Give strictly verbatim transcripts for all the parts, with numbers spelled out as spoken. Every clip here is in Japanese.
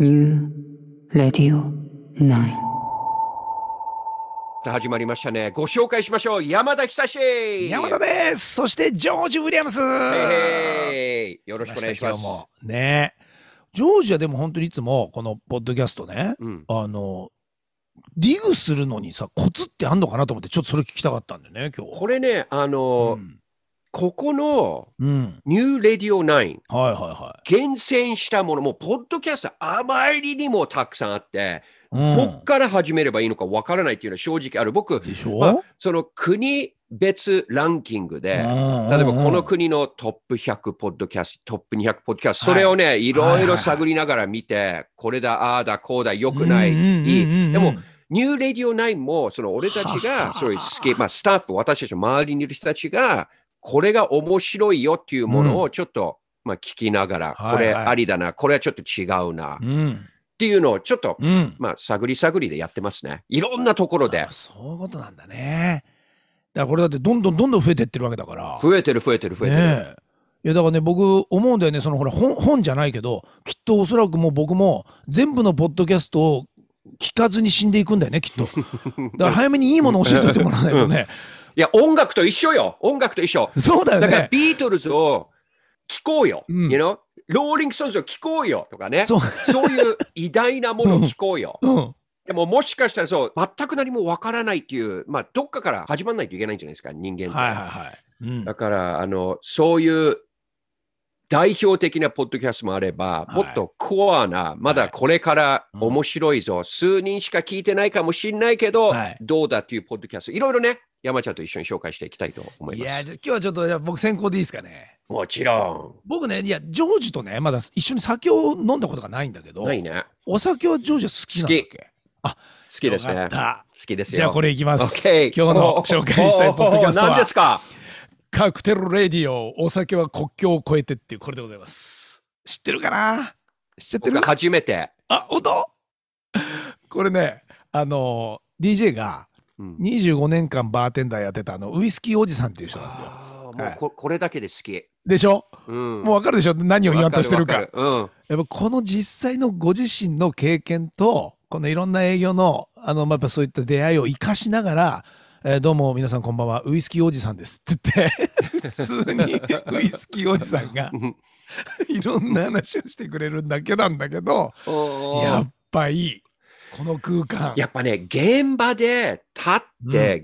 New Radio ナイン。 始まりましたね。ご紹介しましょう。山田久志。 山田です。そしてジョージ・ウィリアムス。 へいへい、よろしくお願いします。 もねジョージはでも本当にいつもこのポッドキャストね、うん、あのディグするのにさコツってあんのかなと思ってちょっとそれ聞きたかったんでね今日。 これねあの、うん、ここのニューレディオナイン、 はいはいはい、 厳選したものもうポッドキャストあまりにもたくさんあって。うん、どっから始めればいいのかわからないっていうのは正直ある。僕、まあ、その国別ランキングで、例えばこの国のトップひゃくポッドキャスト、トップにひゃくポッドキャスト、それをね、はい、いろいろ探りながら見て、はいはいはい、これだ、ああだ、こうだ、よくない、いい。でも、ニューレディオナインも、その俺たちが、そういう好き、まあ、スタッフ、私たちの周りにいる人たちが、これが面白いよっていうものをちょっと、うん、まあ、聞きながら、これありだな、はいはい、これはちょっと違うな。うんっていうのをちょっと、うん、まあ探り探りでやってますね。いろんなところで。 そういうことなんだね。だからこれだってどんどんどんどん増えてってるわけだから。 増えてる増えてる増えてる。ね、 いやだからね僕思うんだよね。そのほら 本, 本じゃないけどきっとおそらくもう僕も全部のポッドキャストを聞かずに死んでいくんだよねきっと。だから早めにいいものを教えておいてもらわないとね。 いや音楽と一緒よ。音楽と一緒。 そうだよね。 だからビートルズを聞こうよ。うん、you know? ローリング・ストーンズを聞こうよとかね。そう、そういう偉大なものを聞こうよ。うんうん、でももしかしたらそう、全く何もわからないっていう、まあどっかから始まらないといけないんじゃないですか、人間って。 はいはいはい。うん、 だから、あの、そういう代表的なポッドキャストもあれば、はい、もっとコアな、まだこれから面白いぞ、はい、数人しか聞いてないかもしれないけど、はい、どうだっていうポッドキャスト、いろいろね、山ちゃんと一緒に紹介していきたいと思います。 いや、じゃ今日はちょっと僕先行でいいですかね。 もちろん。 僕ね、いや、ジョージとね、まだ一緒に酒を飲んだことがないんだけど、 ないね。 お酒はジョージは好きなんだっけ？ あ、好きですね。好きですよ。 じゃあこれいきます。 Okay、 今日の紹介したいポッドキャストは何ですか？ カクテルレディオ、お酒は国境を越えてっていうこれでございます。知ってるかな？知っちゃってる？ 僕初めて。 あ、本当？これね、あの ディージェー がにじゅうごねんかんバーテンダーやってたあのウイスキーおじさんっていう人なんですよ。 もう こ,、はい、これだけで好きでしょ、 うん、 もう分かるでしょ何を言わんとしてるか。 うん、 やっぱこの実際のご自身の経験とこのいろんな営業のあの、まあ、やっぱそういった出会いを生かしながら、えー、どうも皆さんこんばんはウイスキーおじさんですって言って普通にウイスキーおじさんがいろんな話をしてくれるんだけなんだけどやっぱいいこの空間。 やっぱね、現場で立って、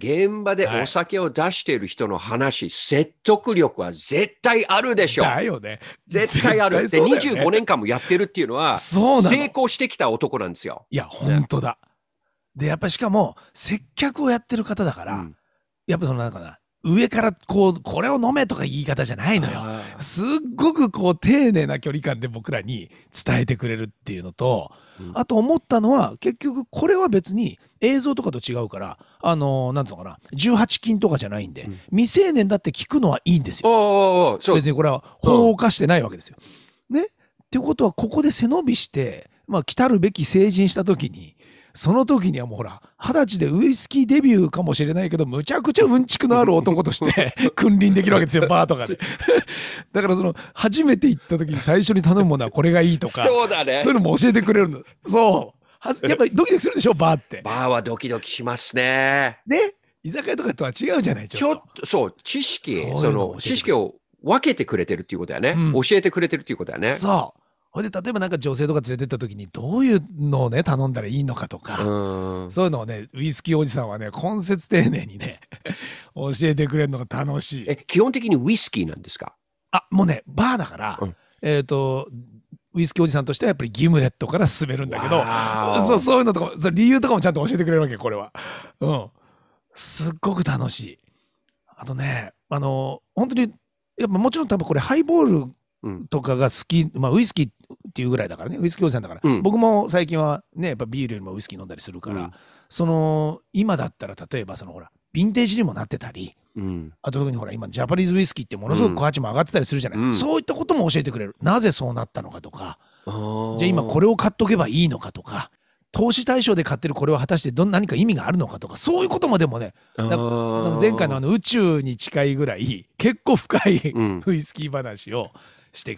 うん、現場でお酒を出している人の話、はい、説得力は絶対あるでしょ。 だよね。 絶対ある。ね、で、にじゅうごねんかんもやってるっていうのは、 そうなの。 成功してきた男なんですよ。 いや、本当だ。で、やっぱりしかも、接客をやってる方だから、うん、やっぱそのなんかな、上からこう、これを飲めとか言い方じゃないのよ。すっごくこう、丁寧な距離感で僕らに伝えてくれるっていうのと、うん、あと思ったのは、結局これは別に映像とかと違うから、あのー、なんていうのかな、じゅうはち禁とかじゃないんで、うん、未成年だって聞くのはいいんですよ。 おーおー別にこれは法を犯してないわけですよ。ね。っていうことは、ここで背伸びして、まあ、来たるべき成人した時に、その時にはもうほら二十歳でウイスキーデビューかもしれないけどむちゃくちゃうんちくのある男として君臨できるわけですよバーとかで。だからその初めて行った時に最初に頼むものはこれがいいとかそうだね、 そういうのも教えてくれるの。そうやっぱりドキドキするでしょバーって。 バーはドキドキしますね。 ね、居酒屋とかとは違うじゃない。 ちょっとちょっとそう知識その知識を分けてくれてるっていうことだよね、うん、教えてくれてるっていうことだよね。 そうほいで例えばなんか女性とか連れてった時にどういうのをね頼んだらいいのかとか、そういうのをねウイスキーおじさんはね根節丁寧にね教えてくれるのが楽しい。 え基本的にウイスキーなんですか？ あもうねバーだから、うん、えっ、ー、とウイスキーおじさんとしてはやっぱりギムレットから進めるんだけどそう、そういうのとかそ理由とかもちゃんと教えてくれるわけこれは。うんすっごく楽しい。あとねあの本当にやっぱもちろん多分これハイボールとかが好き、まあ、ウイスキーっていうぐらいだからねウイスキーおじさんだから、うん、僕も最近はねやっぱビールよりもウイスキー飲んだりするから、うん、その今だったら例えばそのほらヴィンテージにもなってたり、うん、あと特にほら今ジャパニーズウイスキーってものすごく価値も上がってたりするじゃない、うん、そういったことも教えてくれる。なぜそうなったのかとか、じゃあ今これを買っとけばいいのかとか、投資対象で買ってるこれは果たしてどん何か意味があるのかとかそういうことまでもねその前回のあの宇宙に近いぐらい結構深い、うん、ウイスキー話をしてくれます。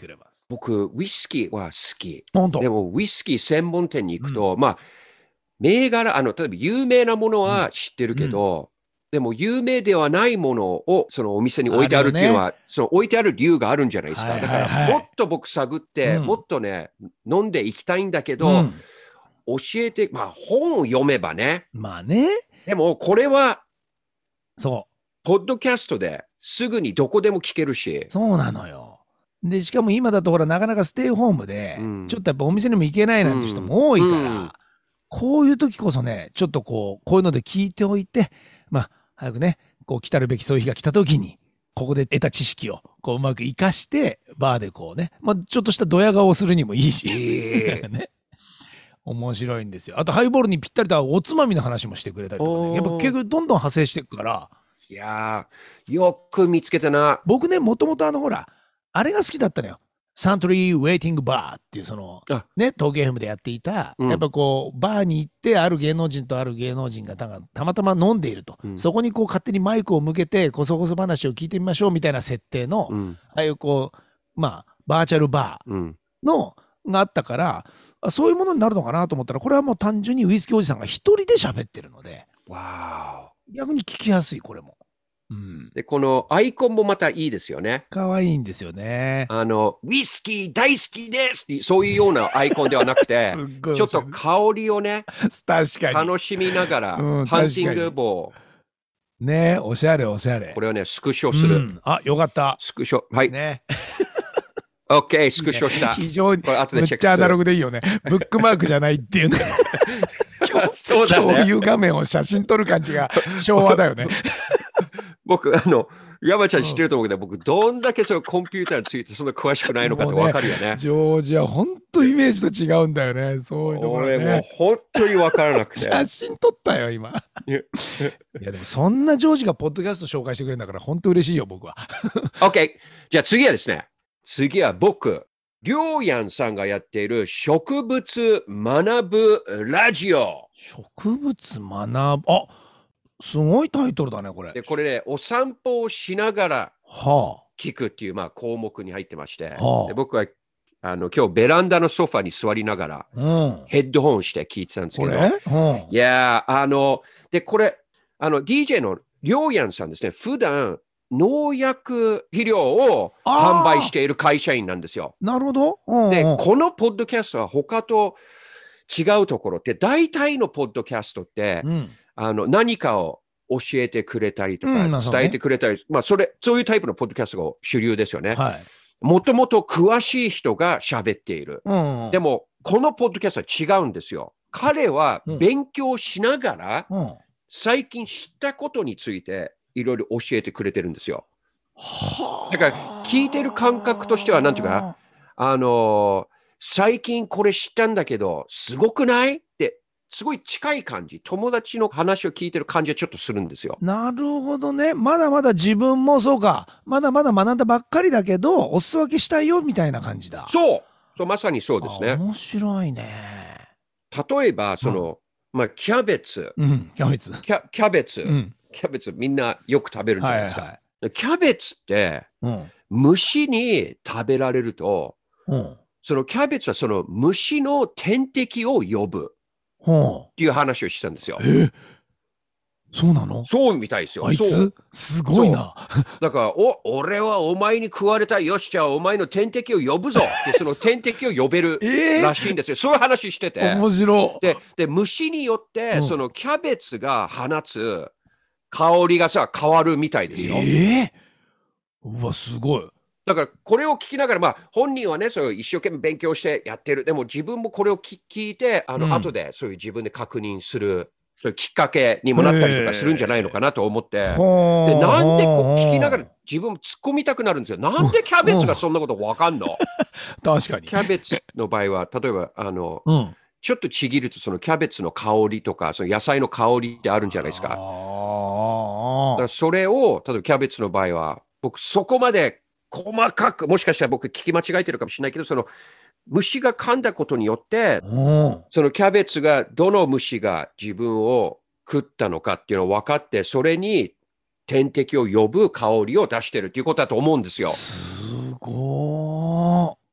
僕、ウイスキーは好き。 本当。 でも、ウイスキー専門店に行くと、うん、まあ、銘柄、あの、例えば有名なものは知ってるけど、うん、でも有名ではないものをそのお店に置いてあるっていうのは、ね、その置いてある理由があるんじゃないですか。はいはいはい、だから、もっと僕探って、うん、もっとね、飲んでいきたいんだけど、うん、教えて、まあ、本を読めばね。 まあね。 でも、これは、 そう。 ポッドキャストですぐにどこでも聞けるし。 そうなのよ。で、しかも今だとほら、なかなかステイホームで、うん、ちょっとやっぱお店にも行けないなんて人も多いから、うんうん、こういう時こそね、ちょっとこう、こういうので聞いておいて、まあ、早くね、こう来たるべきそういう日が来た時に、ここで得た知識をこううまく活かして、バーでこうね、まあ、ちょっとしたドヤ顔をするにもいいし、えーね、面白いんですよ。あとハイボールにぴったりとおつまみの話もしてくれたりとかね、やっぱ結局どんどん派生していくから。 いやー、よく見つけたな。 僕ね、もともとあのほら、あれが好きだったのよ。サントリーウェイティングバーっていうそのね、東京 エフエム でやっていた、うん、やっぱこうバーに行ってある芸能人とある芸能人がたまたま飲んでいると、うん、そこにこう勝手にマイクを向けてこそこそ話を聞いてみましょうみたいな設定の、うん、ああいうこうまあバーチャルバーの、があったからそういうものになるのかなと思ったらこれはもう単純にウイスキーおじさんが一人で喋ってるので、 わー逆に聞きやすいこれも。うん、 でこのアイコンもまたいいですよね。 可愛いんですよね。 あのウイスキー大好きですってそういうようなアイコンではなくてちょっと香りをね確かに楽しみながら、うん、ハンティング棒ね、おしゃれおしゃれ。 これをねスクショする、うん、 あよかった。 スクショはいね。 OK スクショした。 非常にめっちゃアナログでいいよね。ブックマークじゃないっていうね。 そうだね。 共有画面を写真撮る感じが昭和だよね。 僕あの山ちゃん知ってると思うけど、僕どんだけそういうコンピューターについてそんな詳しくないのかって分かるよね。 ジョージは本当イメージと違うんだよね。そういうところね。 俺もう本当に分からなくて。 写真撮ったよ今。いやでもそんなジョージがポッドキャスト紹介してくれるんだから本当嬉しいよ僕は。 OK じゃあ次はですね。次は僕りょうやんさんがやっている植物学ぶラジオ。 植物学ぶあすごいタイトルだねこれ。 でこれねお散歩をしながら聞くっていう、まあ、項目に入ってまして、はあ、で僕はあの今日ベランダのソファに座りながら、うん、ヘッドホンして聞いてたんですけど、うん、いやあのでこれあの ディージェー のりょうやんさんですね。普段農薬肥料を販売している会社員なんですよ。 なるほど。うんうん、 でこのポッドキャストは他と違うところって大体のポッドキャストって、うん、あの何かを教えてくれたりとか、うん、伝えてくれたり、まあそれそういうタイプのポッドキャストが主流ですよね。もともと詳しい人が喋っている、うんうん。でもこのポッドキャストは違うんですよ。彼は勉強しながら、うん、最近知ったことについていろいろ教えてくれてるんですよ。だから聞いてる感覚としてはなんていうか、あのー、最近これ知ったんだけどすごくないってすごい近い感じ、友達の話を聞いてる感じはちょっとするんですよ。 なるほどね。まだまだ自分もそうか、まだまだ学んだばっかりだけどお裾分けしたいよみたいな感じだ。 そうそうまさにそうですね。 面白いね。 例えばその、うん、まあキャベツ、 うん、キャベツキャ、キャベツ、うん、キャベツみんなよく食べるんじゃないですか。はいはい、キャベツって、うん、虫に食べられると、うん、そのキャベツはその虫の天敵を呼ぶっていう話をしたんですよ。 えー、そうなの？ そうみたいですよ。 あいつすごいな。 だからお俺はお前に食われたい、よしじゃあお前の天敵を呼ぶぞってその天敵を呼べるらしいんですよ。えー、そういう話してて。 面白い。 で、で虫によって、うん、そのキャベツが放つ香りがさ変わるみたいですよ。 えー、うわすごい。 だからこれを聞きながら、まあ、本人はねそういう一生懸命勉強してやってる。でも自分もこれを聞いてあの、うん、後でそういう自分で確認するそういうきっかけにもなったりとかするんじゃないのかなと思って、でなんでこう聞きながら自分も突っ込みたくなるんですよ。なんでキャベツがそんなこと分かんの？ 確かにキャベツの場合は例えばあの、うん、ちょっとちぎるとそのキャベツの香りとかその野菜の香りってあるんじゃないですか。だからそれを例えばキャベツの場合は僕そこまで細かく、もしかしたら僕聞き間違えてるかもしれないけど、その虫が噛んだことによって、そのキャベツがどの虫が自分を食ったのかっていうのを分かって、それに天敵を呼ぶ香りを出してるっていうことだと思うんですよ。 すご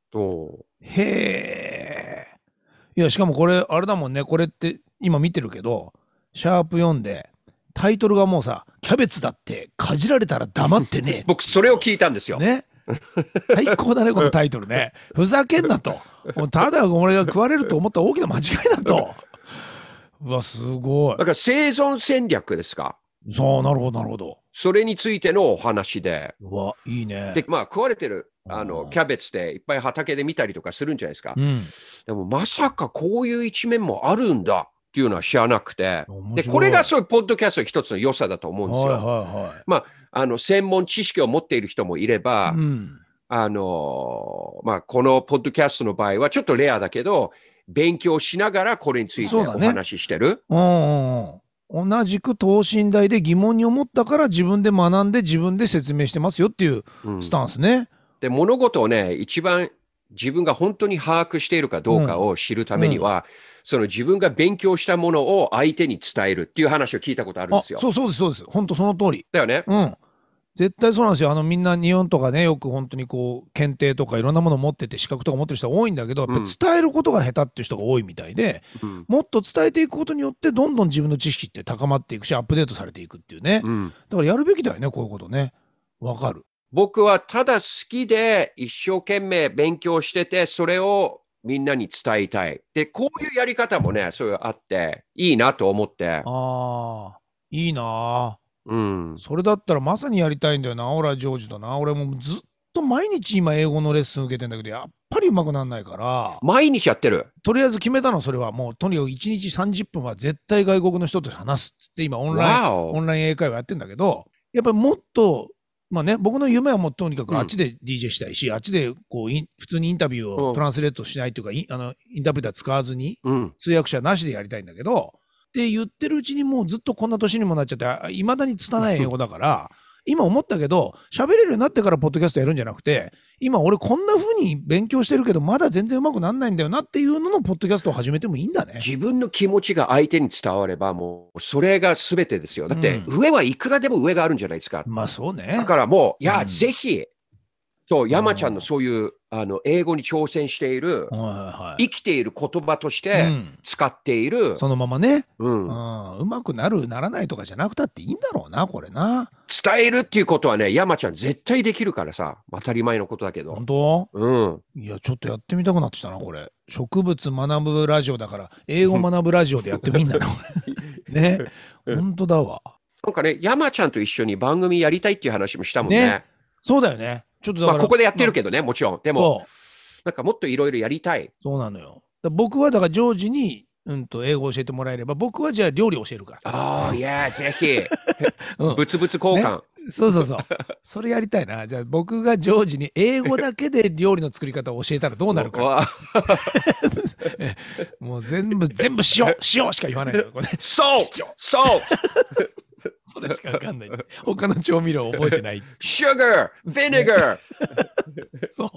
そへえ。いや、しかもこれ、あれだもんね。これって今見てるけど、シャープよんで、タイトルがもうさ、キャベツだってかじられたら黙ってね。 僕、それを聞いたんですよ。 ね。最高だね、このタイトルね。ふざけんなと。もうただ俺が食われると思った大きな間違いだと。うわ、すごい。 だから生存戦略ですか。 そう、なるほど、なるほど。 それについてのお話で。 うわ、いいね。 で、まあ、食われてるあのキャベツでいっぱい畑で見たりとかするんじゃないですか。 うん、 でも、まさかこういう一面もあるんだっていうのは知らなくて。で、これがそういうポッドキャストの一つの良さだと思うんですよ。 はいはいはい、 まあ、あの、専門知識を持っている人もいれば、 うん、 あの、まあ、このポッドキャストの場合はちょっとレアだけど、勉強しながらこれについてお話ししてる。 うんうんうん、同じく等身大で疑問に思ったから自分で学んで自分で説明してますよっていうスタンスね。うん、 で、物事をね、一番自分が本当に把握しているかどうかを知るためには、うんうん、その自分が勉強したものを相手に伝えるっていう話を聞いたことあるんですよ。 あ、そうそうです、そうです。本当その通り。 だよね。 うん。絶対そうなんですよ。あのみんな日本とかね、よく本当にこう検定とかいろんなものを持ってて資格とか持ってる人が多いんだけど、やっぱ伝えることが下手っていう人が多いみたいで、うん、もっと伝えていくことによってどんどん自分の知識って高まっていくし、アップデートされていくっていうね。うん、だからやるべきだよね、こういうことね。わかる。 僕はただ好きで一生懸命勉強してて、それをみんなに伝えたい。で、こういうやり方もね、そういうあって、いいなと思って。 ああ、いいな。 うん、 それだったらまさにやりたいんだよな、俺はジョージとな。俺もずっと毎日今英語のレッスン受けてんだけど、やっぱりうまくなんないから。 毎日やってる。 とりあえず決めたの、それはもうとにかくいちにちさんじゅっぷんは絶対外国の人と話すっつって今オンライン、オンライン英会話やってんだけど、やっぱりもっと、まあね、僕の夢はもうとにかくあっちで ディージェー したいし、うん、あっちでこう普通にインタビューをトランスレートしないというか、うん、あのインタビューー使わずに、うん、通訳者なしでやりたいんだけど、って言ってるうちにもうずっとこんな年にもなっちゃっていまだに拙い英語だから今思ったけど喋れるようになってからポッドキャストやるんじゃなくて、今俺こんな風に勉強してるけどまだ全然うまくなんないんだよなっていうののポッドキャストを始めてもいいんだね。 自分の気持ちが相手に伝わればもうそれが全てですよ。だって上はいくらでも上があるんじゃないですか。 うん、まあそうね。 だからもういや、うん、ぜひそう山ちゃんのそういうあの英語に挑戦している、はいはい、生きている言葉として使っている、 うん、そのままね、うんうん、うまくなるならないとかじゃなくたっていいんだろうなこれな。 伝えるっていうことはね山ちゃん絶対できるからさ、当たり前のことだけど。 本当？ うん。 いやちょっとやってみたくなってきたなこれ。植物学ぶラジオだから英語学ぶラジオでやってもいいんだなね。本当だわ。 なんかね山ちゃんと一緒に番組やりたいっていう話もしたもんね。 ね、そうだよね。ちょっとだから、 まあここでやってるけどね、まあ、もちろん。でもなんかもっといろいろやりたい。 そうなのよ。僕はだからジョージに、うんと英語を教えてもらえれば、僕はじゃあ料理を教えるから。 ああ、いや、ぜひ。うん、物々交換、 ね。そうそうそう。それやりたいな。じゃあ僕がジョージに英語だけで料理の作り方を教えたらどうなるか。もう全部、全部塩、塩しか言わないの。 Salt! Salt! それしかわかんない。他の調味料覚えてない。 Sugar! Vinegar! そう。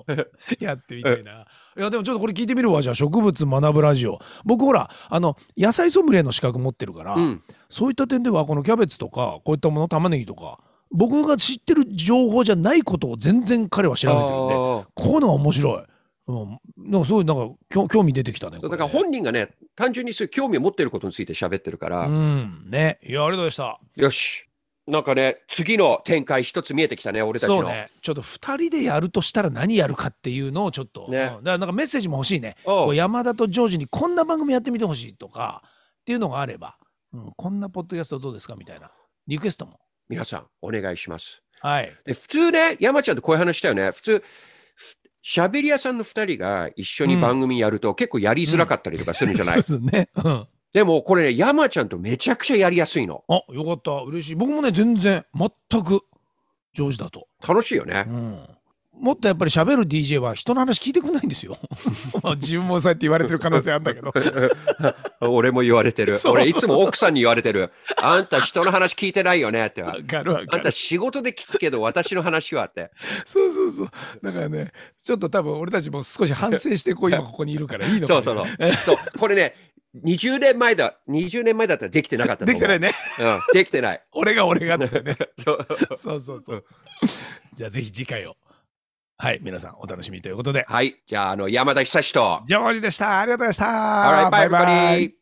やってみたいな。いやでもちょっとこれ聞いてみるわ。じゃあ植物学ぶラジオ。僕ほらあの野菜ソムリエの資格持ってるから、うん、そういった点ではこのキャベツとかこういったもの玉ねぎとか僕が知ってる情報じゃないことを全然彼は調べてるんで、こういうのが面白い。うん、なんかすごいなんか興味出てきたね。 だから本人がね単純にそういう興味を持っていることについて喋ってるから。 うんね。いやありがとうございました。 よし。なんかね次の展開一つ見えてきたね俺たちの。 そうね。ちょっとふたりでやるとしたら何やるかっていうのをちょっと、ね、うん、だからなんかメッセージも欲しいね。こう山田とジョージにこんな番組やってみてほしいとかっていうのがあれば、うん、こんなポッドキャストどうですかみたいなリクエストも皆さんお願いします。 はい。 で普通ね山ちゃんとこういう話したよね。普通喋り屋さんのふたりが一緒に番組やると、うん、結構やりづらかったりとかするんじゃない？うん、 そうですね。うん。 でもこれね山ちゃんとめちゃくちゃやりやすいの。 あ、よかった。嬉しい。僕もね全然全く上手だと。 楽しいよね。 うん。もっとやっぱり喋る ディージェー は人の話聞いてくんないんですよ。自分もそうやって言われてる可能性あるんだけど。 俺も言われてる。俺いつも奥さんに言われてる。あんた人の話聞いてないよねって。 わかるわかる。 あんた仕事で聞くけど私の話はって。 そうそうそう。だからねちょっと多分俺たちも少し反省してこう今ここにいるからいいのかな。 そうそうそう。そうこれねにじゅうねんまえだにじゅうねんまえだったらできてなかったと思う。 できてないね。 うん、できてない。 俺が俺がってね。そうそうそうそう。じゃあぜひ次回をはい、皆さんお楽しみということで。 はい。じゃあ、あの、山田久志と。 ジョージでした。ありがとうございました。 All right, bye, everybody.